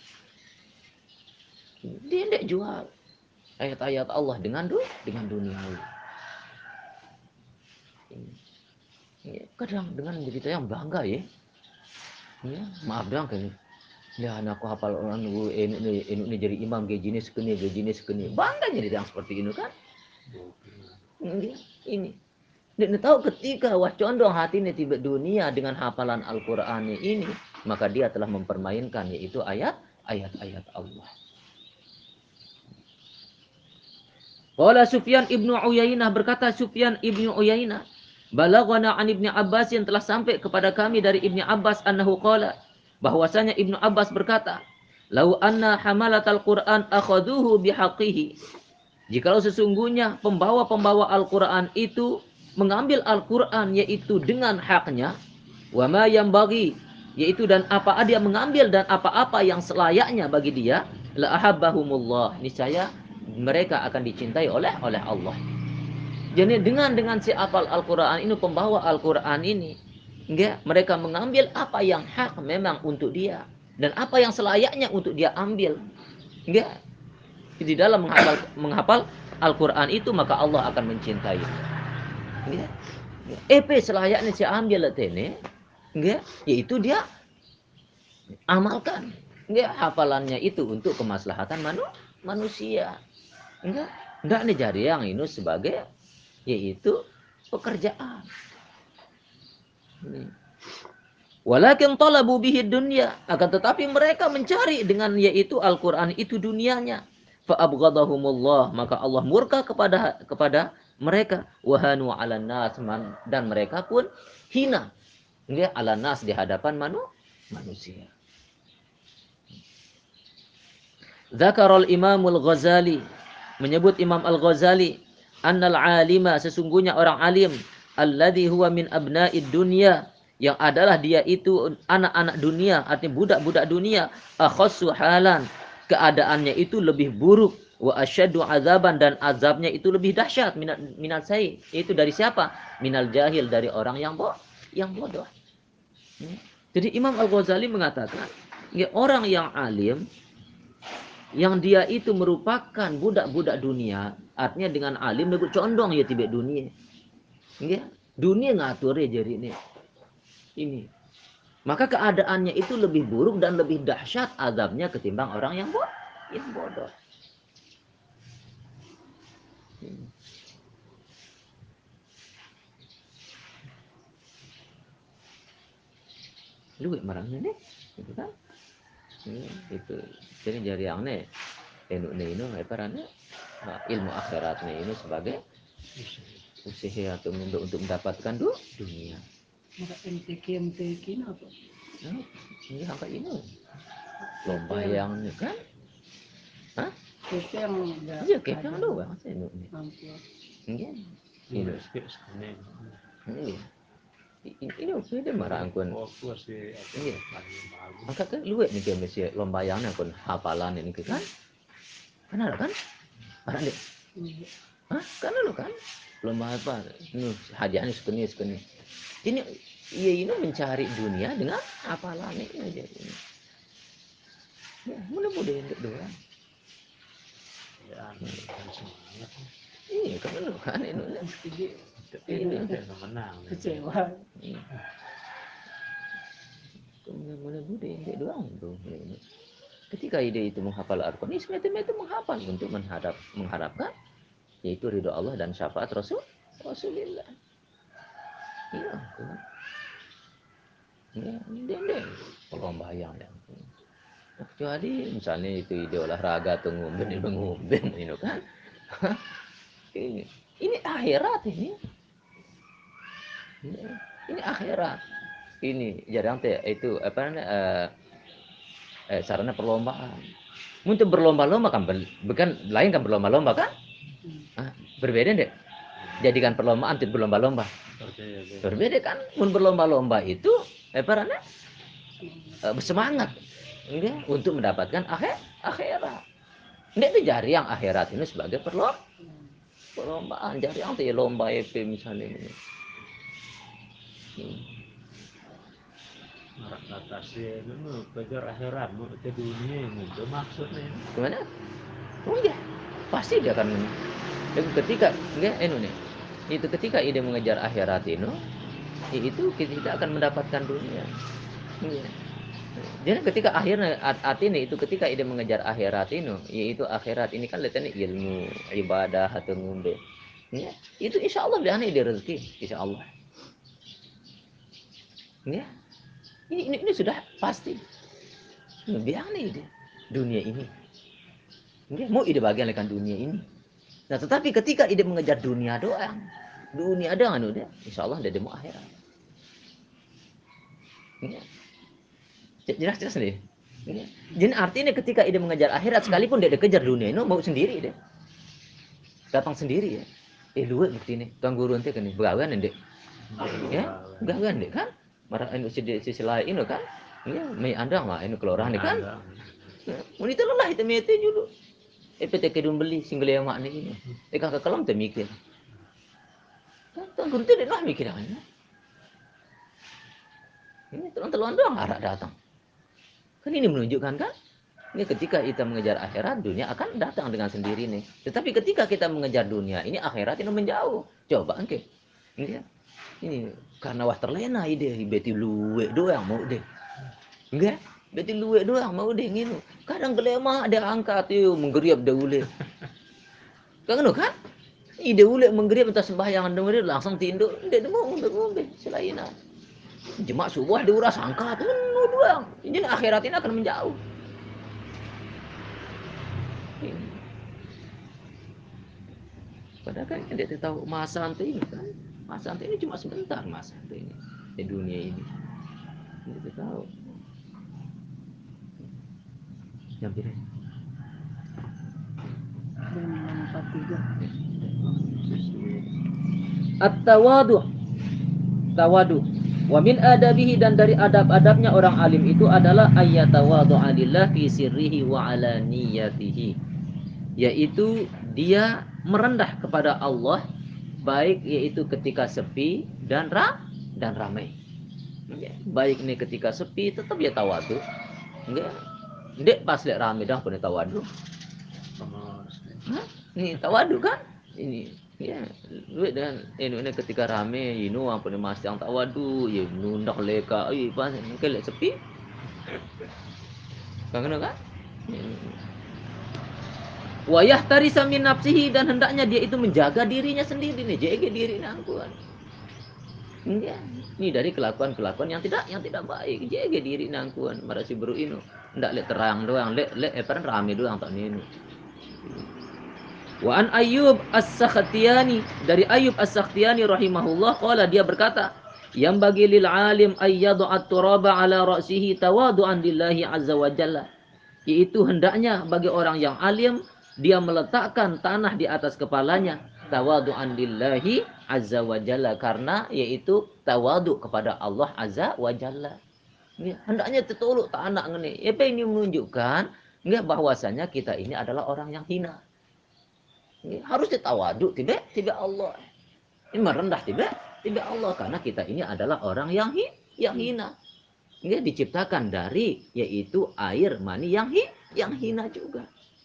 A: Dia tidak jual ayat-ayat Allah dengan duniawi. Kadang dengan cerita yang bangga ya, maaf dong kayaknya. Ya, anak aku hafal orang ini jadi imam gajinya sekeni. Bangga jadi yang seperti ini kan? Ini. Dan tahu ketika wah condong hati ini tiba dunia dengan hafalan Al-Qur'an ini, maka dia telah mempermainkan yaitu ayat-ayat Allah. Qala Sufyan ibnu Uyainah, berkata Sufyan ibnu Uyainah, balaghana an Ibnu Abbas, yang telah sampai kepada kami dari Ibnu Abbas annahu qala, bahwasanya Ibnu Abbas berkata, lau anna hamalatal Qur'an akhaduhu bihaqqihi, jikalau sesungguhnya pembawa-pembawa Al-Qur'an itu mengambil Al-Qur'an yaitu dengan haknya, wa ma yang bagi, yaitu dan apa dia mengambil dan apa-apa yang selayaknya bagi dia, la ahabbahumullah, niscaya mereka akan dicintai oleh Allah. Jadi dengan si hafal Al-Qur'an ini, pembawa Al-Qur'an ini, enggak, mereka mengambil apa yang hak memang untuk dia dan apa yang selayaknya untuk dia ambil. Enggak, di dalam menghafal Al-Qur'an itu maka Allah akan mencintai. Enggak. EP selayaknya si ambil ini, enggak, yaitu dia amalkan. Enggak, hafalannya itu untuk kemaslahatan manusia. Enggak nih jari yang ini sebagai yaitu pekerjaan. Walakin talabu bihi dunya, akan tetapi mereka mencari dengan yaitu Al-Qur'an itu dunianya. Fa abghadahumullah, maka Allah murka kepada mereka, wahanu 'alan nas, dan mereka pun hina ya 'alan nas, di hadapan manusia. Zakarul Imamul Ghazali, menyebut Imam Al-Ghazali, annal alima, sesungguhnya orang alim, alladhi huwa min abna'id dunya, yang adalah dia itu anak-anak dunia, artinya budak-budak dunia, akhassu halan, keadaannya itu lebih buruk, wa asyaddu azaban, dan azabnya itu lebih dahsyat, minal sayyi, itu dari siapa? Minal jahil, dari orang yang bodoh. Jadi Imam Al-Ghazali mengatakan, ya, orang yang alim yang dia itu merupakan budak-budak dunia, artinya dengan alim lebih condong ya tiba dunia. Ya, dunia ngatur ya jadi ini. Maka keadaannya itu lebih buruk dan lebih dahsyat azabnya ketimbang orang yang bodoh. Lu marahnya nih, gitu kan? Itu. Jadi jari yang nih, ini apa ilmu akhiratnya ini sebagai usaha untuk mendapatkan dunia.
C: Maka MTQ apa?
A: Ini apa ini? Lomba yang ini kan? Hah?
C: Kita yang enggak.
A: Iya, kita yang doang sih ini. Iya. Ini. Ini. Ini oke deh marah angkun. Iya. Maka kan luwet nih dia mesti lomba yang pun hafalan ini kan? Kan ada kan? Ada deh. Hah? Kan lu kan? Lomba apa? Ini hadiahnya sekeni. Ini iya ini mencari dunia dengan hafalan ini aja ini. Ya, mudah-mudahan itu doang. Ya, semangat. Iya, kan lu kan ini menang.
C: Kecewa.
A: Mudah-mudahan itu doang tuh. Ketika ide itu menghafal Al-Quran, sebenarnya itu menghafal untuk mengharapkan yaitu ridho Allah dan syafaat Rasulullah. Iya, kan? Ya, deh. Perlombaan dan kecuali misalnya itu ide olahraga atau ngombe ini kan. Ini akhirat ini. Ini akhirat. Ini jarang teh itu apa sarana perlombaan. Untuk berlomba-lomba kan bukan lain kan berlomba-lomba kan? Berbeda deh. Jadikan perlombaan tidak berlomba-lomba. Berbeda kan? Mun berlomba-lomba itu apa bersemangat. Enggak, untuk mendapatkan akhirat. Enggak itu jari yang akhirat ini sebagai perlombaan, jari yang tuh lomba EP misalnya ini.
B: Kata sih itu kejar akhirat, mau ke dunia itu maksudnya.
A: Gimana? Oh iya, pasti dia akan. Dan ketika enggak nih. Itu ketika ide mengejar akhirat itu kita akan mendapatkan dunia. Iya. Jadi ketika akhirnya artinya itu ketika ide mengejar akhirat yaitu akhirat ini kan lihatnya ilmu, ibadah atau ngumbe. Ya, itu insya Allah dia ide rezeki, insya Allah. Ya, ini sudah pasti. Biar ide dunia ini. Ya, mau ide bagian dengan dunia ini. Nah, tetapi ketika ide mengejar dunia doang, dia, insya Allah dia mau akhirat. Ya. Jelas nih. Jadi artinya ketika ide mengejar akhirat sekalipun dia kejar dunia ini mau sendiri deh. Datang sendiri ya. Luwet bukti ini. Tuan guru nanti kan begawan ndek. Ya, begawan ndek kan? Marah ini sisi lain kan? Ya, mai andang lah ini kelurahan nih kan. Mun itu lelah itu mete dulu. PT kedun beli single yang mak ini. Kakak kelam teh mikir. Tuan guru tidak nak mikirannya. Ini telan-telan doang harap datang. Kan ini menunjukkan kan? Ini ketika kita mengejar akhirat, dunia akan datang dengan sendiri nih. Tetapi ketika kita mengejar dunia, ini akhirat ini menjauh. Coba engke. Ini karena wah terlena ide beti luwe doang mau deh. Enggak? Beti luwe doang mau deh nginu. Kadang gelema ada angkat yuk menggeriap daule. Kan kan? Ide ule menggeriap entah sembahyang dengerin langsung tinduk. Dia mau ngombe selain Jemaah subuh diuras angkat doang. Jadi akhirat ini akan menjauh. Padahal kan dia tahu masa nanti ini kan. Masa nanti ini cuma sebentar masa nanti ini di dunia ini. Dia tahu. Yang pilih.
C: 543.
A: At-tawadu. Tawadu. Wa min adabihi dan dari adab-adabnya orang alim itu adalah ayyatawadhu'a lillah fi sirrihi wa alaniyatihi. Yaitu dia merendah kepada Allah baik yaitu ketika sepi dan ramai. Baik ini ketika sepi tetap dia tawadu. Enggak. Dek pas lihat ramai dah pun tawadu. Ini tawadu kan? Ini ya, duit dan ini ketika rame, apa ni mas yang tawadu, ya nundak leka, pas mungkin lek sepi. Kangen kan? Wayah tarisa min nafsihi dan hendaknya dia itu menjaga dirinya sendiri nih, jaga diri nangkuan. Enggak. Ini dari kelakuan-kelakuan yang tidak baik, jaga diri nangkuan, marasi beru inu. Ndak lek terang doang, lek rame doang tak ninu. Wa an Ayyub As-Sakhtiyani dari Ayyub As-Sakhtiyani rahimahullah qala dia berkata yang bagi lil alim ayyad'a turaba ala ra'sihi tawadu'an lillahi azza wa jalla yaitu hendaknya bagi orang yang alim dia meletakkan tanah di atas kepalanya tawadu'an lillahi azza wa jalla karena yaitu tawadu kepada Allah azza wa jalla. Hendaknya tertolok tanah ngene. Apa ini menunjukkan enggak bahwasanya kita ini adalah orang yang hina. Harus ditawadu tidak Allah. Ini merendah tidak Allah karena kita ini adalah orang yang hina. Ini diciptakan dari yaitu air mani yang hina juga.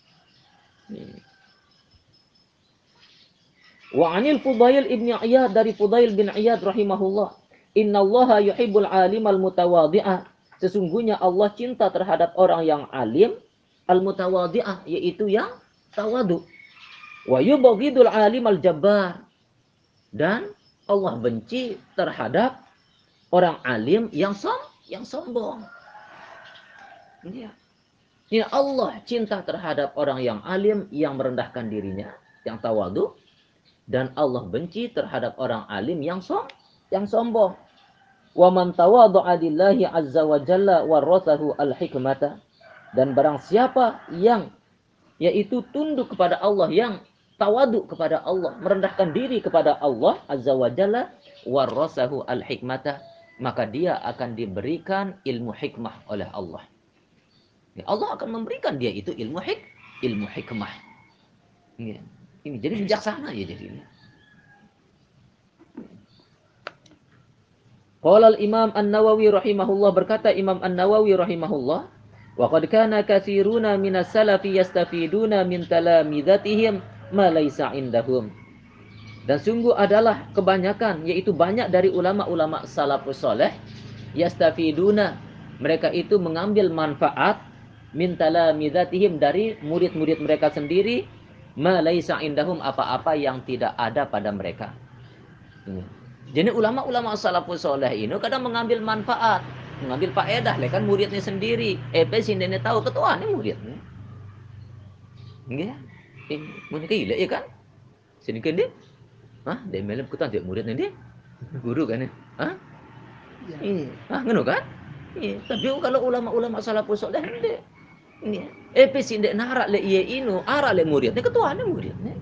A: Wa anil Fudail ibn Iyad dari Fudail bin Iyad rahimahullah. Innallaha yuhibbul alimal mutawadhi'ah. Sesungguhnya Allah cinta terhadap orang yang alim al-mutawadhi'ah yaitu yang tawadu. Wa yubghidul alimal jabbar. Dan Allah benci terhadap orang alim yang sombong. Ya. Ini Allah cinta terhadap orang yang alim yang merendahkan dirinya, yang tawadu, dan Allah benci terhadap orang alim yang sombong. Wa man tawadha'a lillahi azza wa jalla warathahu al-hikmata. Dan barang siapa yang yaitu tunduk kepada Allah, yang tawadu kepada Allah, merendahkan diri kepada Allah azza wa jalla warasahu al-hikmata, maka dia akan diberikan ilmu hikmah oleh Allah. Allah akan memberikan dia itu ilmu hikmah. Ini jadi bijaksana ya jadinya. Qala al-Imam An-Nawawi rahimahullah, berkata Imam An-Nawawi rahimahullah, wa qad kana katsiruna minas salafi yastafiduna min talamizatihim ma laysa indahum. Dan sungguh adalah kebanyakan, yaitu banyak dari ulama-ulama salafus saleh, yastafiduna, mereka itu mengambil manfaat min talamizatihim, dari murid-murid mereka sendiri, ma laysa indahum, apa-apa yang tidak ada pada mereka. Jadi ulama-ulama salafus saleh ini kadang mengambil manfaat, mengambil faedah, kan muridnya sendiri. Sindene tahu ketua nih muridnya. Nggih. Mun gila ya kan? Sini kan dia? Hah? Dia malam ketua dia muridnya dia. Guru kan? Hah? Iya. Ngono kan? Iya. Tapi kalau ulama-ulama salafus saleh ini sindene narak le ieu inu, arak le muridnya ketua nih muridnya.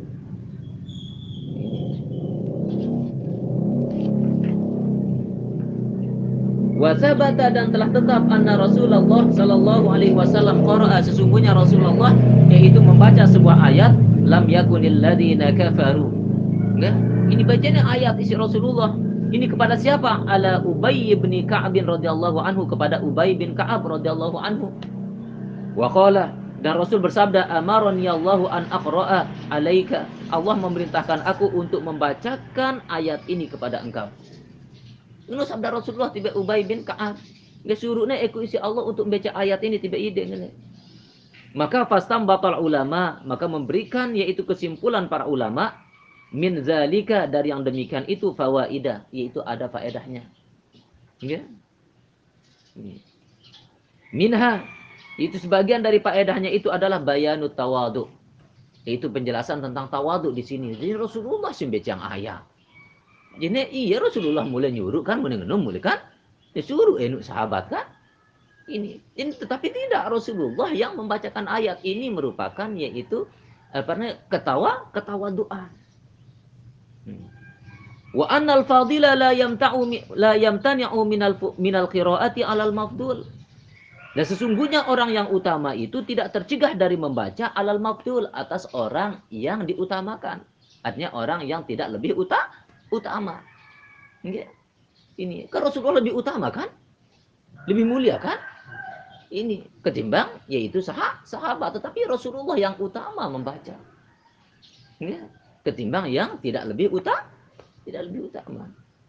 A: Wa sabata, dan telah tetap anna Rasulullah sallallahu alaihi wasallam qara'a, sesungguhnya Rasulullah yaitu membaca sebuah ayat, lam yakunil ladzina kafaru Enggak? Ini bacanya ayat isi Rasulullah. Ini kepada siapa? Ala Ubay bin Ka'ab radhiyallahu anhu, kepada Ubay bin Ka'ab radhiyallahu anhu. Wa qala, dan Rasul bersabda, amarani Allahu an aqra'a alaika. Allah memerintahkan aku untuk membacakan ayat ini kepada engkau. Ini sabda Rasulullah tiba Ubay bin Ka'ab. Dia suruhnya aku isi Allah untuk membaca ayat ini tiba ide ngene. Maka fastam batal ulama, maka memberikan yaitu kesimpulan para ulama min zalika, dari yang demikian itu fawaidah, yaitu ada faedahnya. Ya. Minha, itu sebagian dari faedahnya itu adalah bayanut tawadu, yaitu penjelasan tentang tawadu di sini. Jadi Rasulullah sih baca ayat. Jadi iya Rasulullah mulai nyuruh kan, mulai kan, dia suruh sahabat kan. Ini tetapi tidak, Rasulullah yang membacakan ayat ini merupakan yaitu ketawa doa. Wa annal fadila la yamtani'u minal qiraati 'alal mafdul. Dan sesungguhnya orang yang utama itu tidak tercegah dari membaca alal mafdul, atas orang yang diutamakan. Artinya orang yang tidak lebih utama. Ini kan Rasulullah lebih utama kan? Lebih mulia kan? Ini ketimbang yaitu sahabat, tetapi Rasulullah yang utama membaca. Ya, ketimbang yang tidak lebih utama.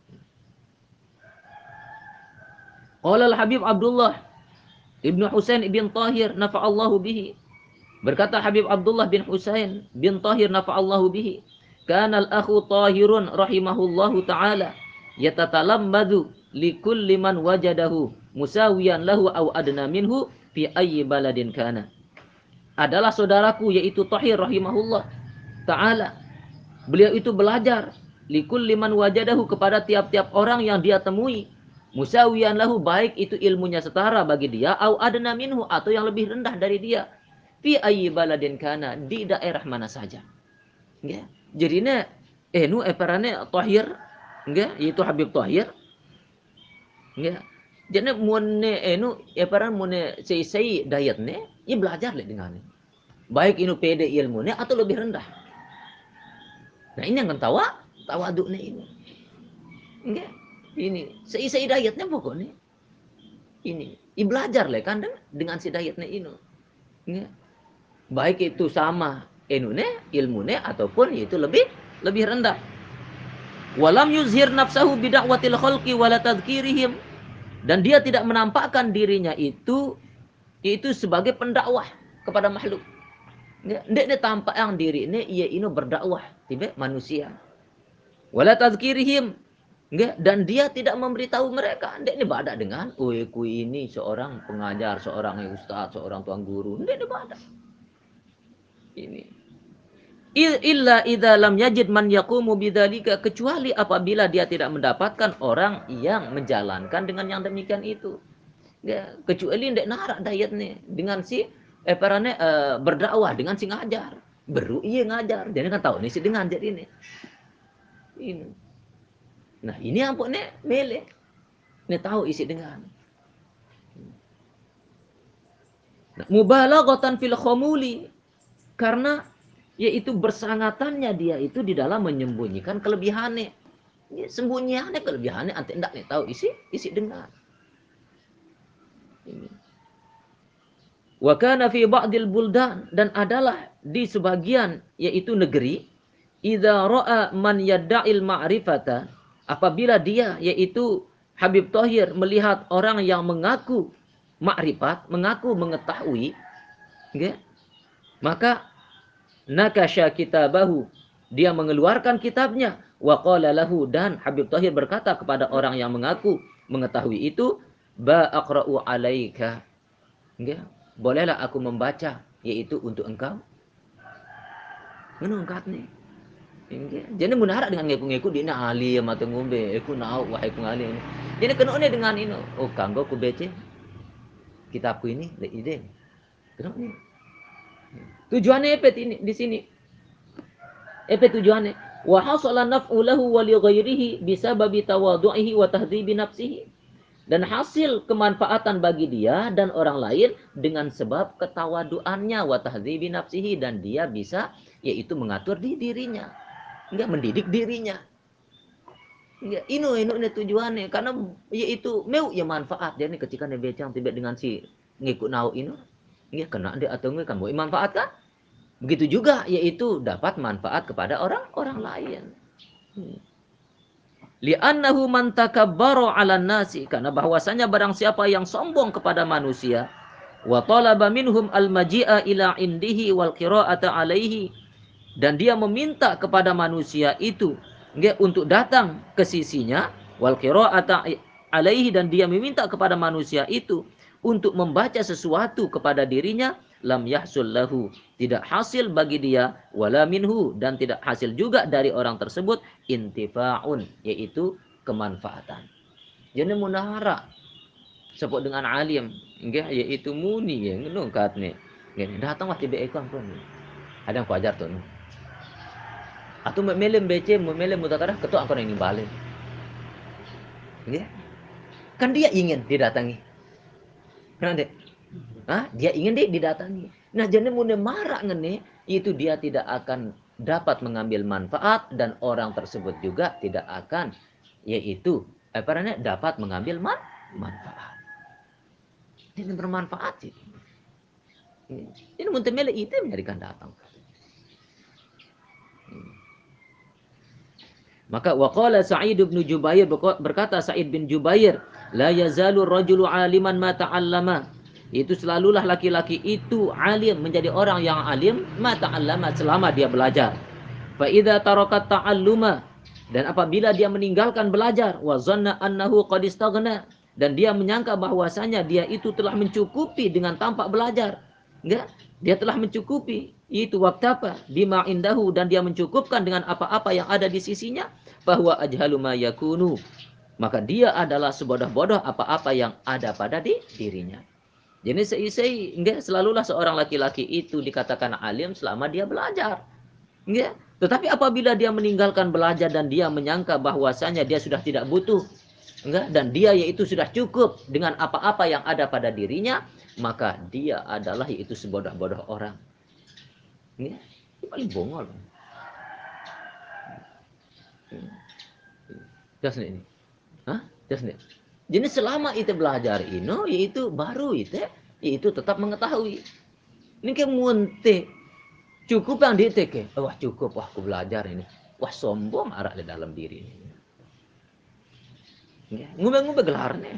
A: Qala al-Habib Abdullah Ibnu Husain bin Tahir nafa'allahu bihi. Berkata Habib Abdullah bin Husain bin Tahir nafa'allahu bihi, kana al-akhu Tahirun rahimahullahu ta'ala yatatalammadu likulli man wajadahu musawiyan lahu aw adna minhu fi ayyi baladin kana. Adalah saudaraku yaitu Tahir rahimahullah ta'ala. Beliau itu belajar likulli man wajadahu, kepada tiap-tiap orang yang dia temui, musawiyan lahu, baik itu ilmunya setara bagi dia, aw adna minhu, atau yang lebih rendah dari dia, fi ayyi baladin kana, di daerah mana saja. Ya. Jadinya eparane Tahir, yaitu Habib Tahir. Ya. Jadi mone eparan sei dayatne, ia belajar dengan baik ini pede ilmunya atau lebih rendah. Nah ini yang tawaduknya ini. Enggak? Ini sei dayatnya pokoknya. Ini belajar lah kan dengan si dayatnya ini. Enggak? Baik itu sama ilmunya ataupun itu lebih rendah. Walam yuzhir nafsahu bid'awatil khalqi wala tadhkirihim, dan dia tidak menampakkan dirinya itu sebagai pendakwah kepada makhluk. Dia tampak yang diri ini berdakwah tiba manusia. Wala tadhkirihim, dan dia tidak memberitahu mereka. Dia bada dengan ku ini seorang pengajar, seorang ustaz, seorang tuan guru. Dia bada. Ini illa idza lam yajid man yaqumu bidzalika, kecuali apabila dia tidak mendapatkan orang yang menjalankan dengan yang demikian itu. Ya, kecuali ndak narak dayat nih dengan si berdakwah dengan si ngajar. Beru iya ngajar. Dia kan tahu nih si dengan jadi ini. Ini. Nah, ini ampun mele. Nih tahu isi dengan. Nah, mubalaghatan fil khamuli, karena yaitu bersangatannya dia itu di dalam menyembunyikan kelebihannya. Sembunyiannya kelebihannya antek ndak nih tahu isi dengar. Ini. Wa kana fi ba'dil buldan, dan adalah di sebagian yaitu negeri, idza ra'a man yadda'il ma'rifata, apabila dia yaitu Habib Tahir melihat orang yang mengaku makrifat, mengaku mengetahui, maka nakasha kitabahu, dia mengeluarkan kitabnya, wa qala lahu, dan Habib Tahir berkata kepada orang yang mengaku mengetahui itu, ba aqra'u alaika, bolehlah aku membaca yaitu untuk engkau. Ngono nih. Jadi munarak dengan ngeku-ngeku dina alim atau ngombe, aku nau wahai pengalim. Jadi kena dengan ini, oh kanggo ku baca kitabku ini le ide. Kena ni. Tujuannya apa ini di sini? Apa tujuannya? Wa hasala naf'u lahu wa li ghairihi bisababi tawadhu'ihi wa tahdhibi nafsihi. Dan hasil kemanfaatan bagi dia dan orang lain dengan sebab ketawaduannya, wa tahdhibi nafsihi, dan dia bisa yaitu mengatur di dirinya. Enggak mendidik dirinya. Enggak, ini tujuannya karena yaitu meu ya manfaat. Jadi ketika dia becang tiba dengan si ngikut nau ini, ya kena dia atau enggak kan mau manfaat kan? Begitu juga yaitu dapat manfaat kepada orang lain. Li'annahu man takabbara 'alan nasi, karena bahwasanya barang siapa yang sombong kepada manusia, wa talaba minhum al-maji'a ila indihi wal qira'ata 'alaihi, dan dia meminta kepada manusia itu untuk datang ke sisinya, wal qira'ata 'alaihi, dan dia meminta kepada manusia itu untuk membaca sesuatu kepada dirinya, lam yahsul lahu, tidak hasil bagi dia, wala minhu, dan tidak hasil juga dari orang tersebut, intifa'un, yaitu kemanfaatan. Jadi munahara sebut dengan alim, nggih, yaitu muni nggih ngono katne. Nggih, datang wah tiba ekon pun. Ada yang kuajar tuh. Atau memelem BC, memelem mutakarah ketua akon yang balik. Nggih. Kan dia ingin didatangi. Kenapa? Dia ingin didatangi. Nah, jadi mun marah ngene, itu dia tidak akan dapat mengambil manfaat dan orang tersebut juga tidak akan yaitu dapat mengambil manfaat. Ini bermanfaat sih. Ini mun temele itu menjadikan datang. Maka waqala Sa'id bin Jubair, berkata Sa'id bin Jubair, la yazalu rajulu aliman ma ta'allama. Itu selalulah laki-laki itu alim, menjadi orang yang alim, ma ta'allama, selama dia belajar. Fa idza tarakat ta'alluma, dan apabila dia meninggalkan belajar, wa zanna annahu qad istaghna, dan dia menyangka bahwasanya dia itu telah mencukupi dengan tanpa belajar. Enggak, dia telah mencukupi itu waktu apa bima indahu, dan dia mencukupkan dengan apa-apa yang ada di sisinya, bahwa ajhalu ma yakunu, maka dia adalah sebodoh-bodoh apa-apa yang ada pada dirinya. Jadi seisai enggak, selalulah seorang laki-laki itu dikatakan alim selama dia belajar. Enggak? Tetapi apabila dia meninggalkan belajar dan dia menyangka bahwasanya dia sudah tidak butuh, enggak, dan dia yaitu sudah cukup dengan apa-apa yang ada pada dirinya, maka dia adalah yaitu sebodoh-bodoh orang. Ini paling bongol. Just ini. Just ini. Jadi selama itu belajar ini, yaitu baru itu tetap mengetahui. Ini kayak muntah. Cukup yang diteke. Wah cukup, wah aku belajar ini. Wah sombong arak di dalam diri ini. Ngumbe-ngumbe gelarnya.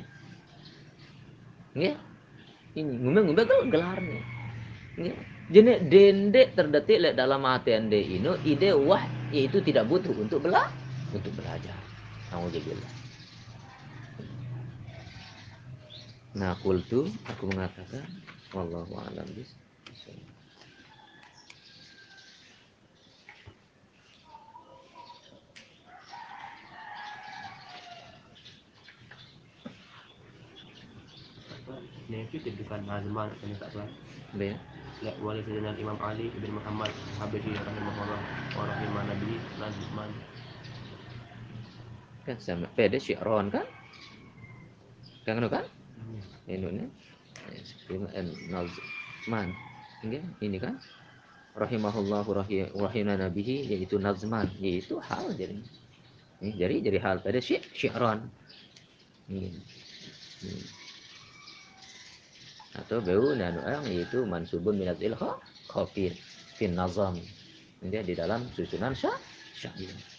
A: Ini ngumbe-ngumbe gelarnya. Jadi dendek terdetik le dalam hati ande ini ide wah itu tidak butuh untuk belajar. Alhamdulillah. Nah, qultu, aku mengatakan wallahu a'lam bishawab.
D: Ini itu bukan nazman atau tak salah.
A: Ya.
D: La wali sayyidina Imam Ali bin Muhammad Habibi rahimahullah wa rahimah Nabi nazman.
A: Kan sama pede syi'ron kan? Kan kan? Ini nazman. Ini kan? Rahimahullahu rahimah nabihi, yaitu nazman, yaitu hal jadi hal pada syi'ron. Atau bau dan orang yaitu mansubun minat ilha khafir fin nazam. Dia di dalam susunan syair.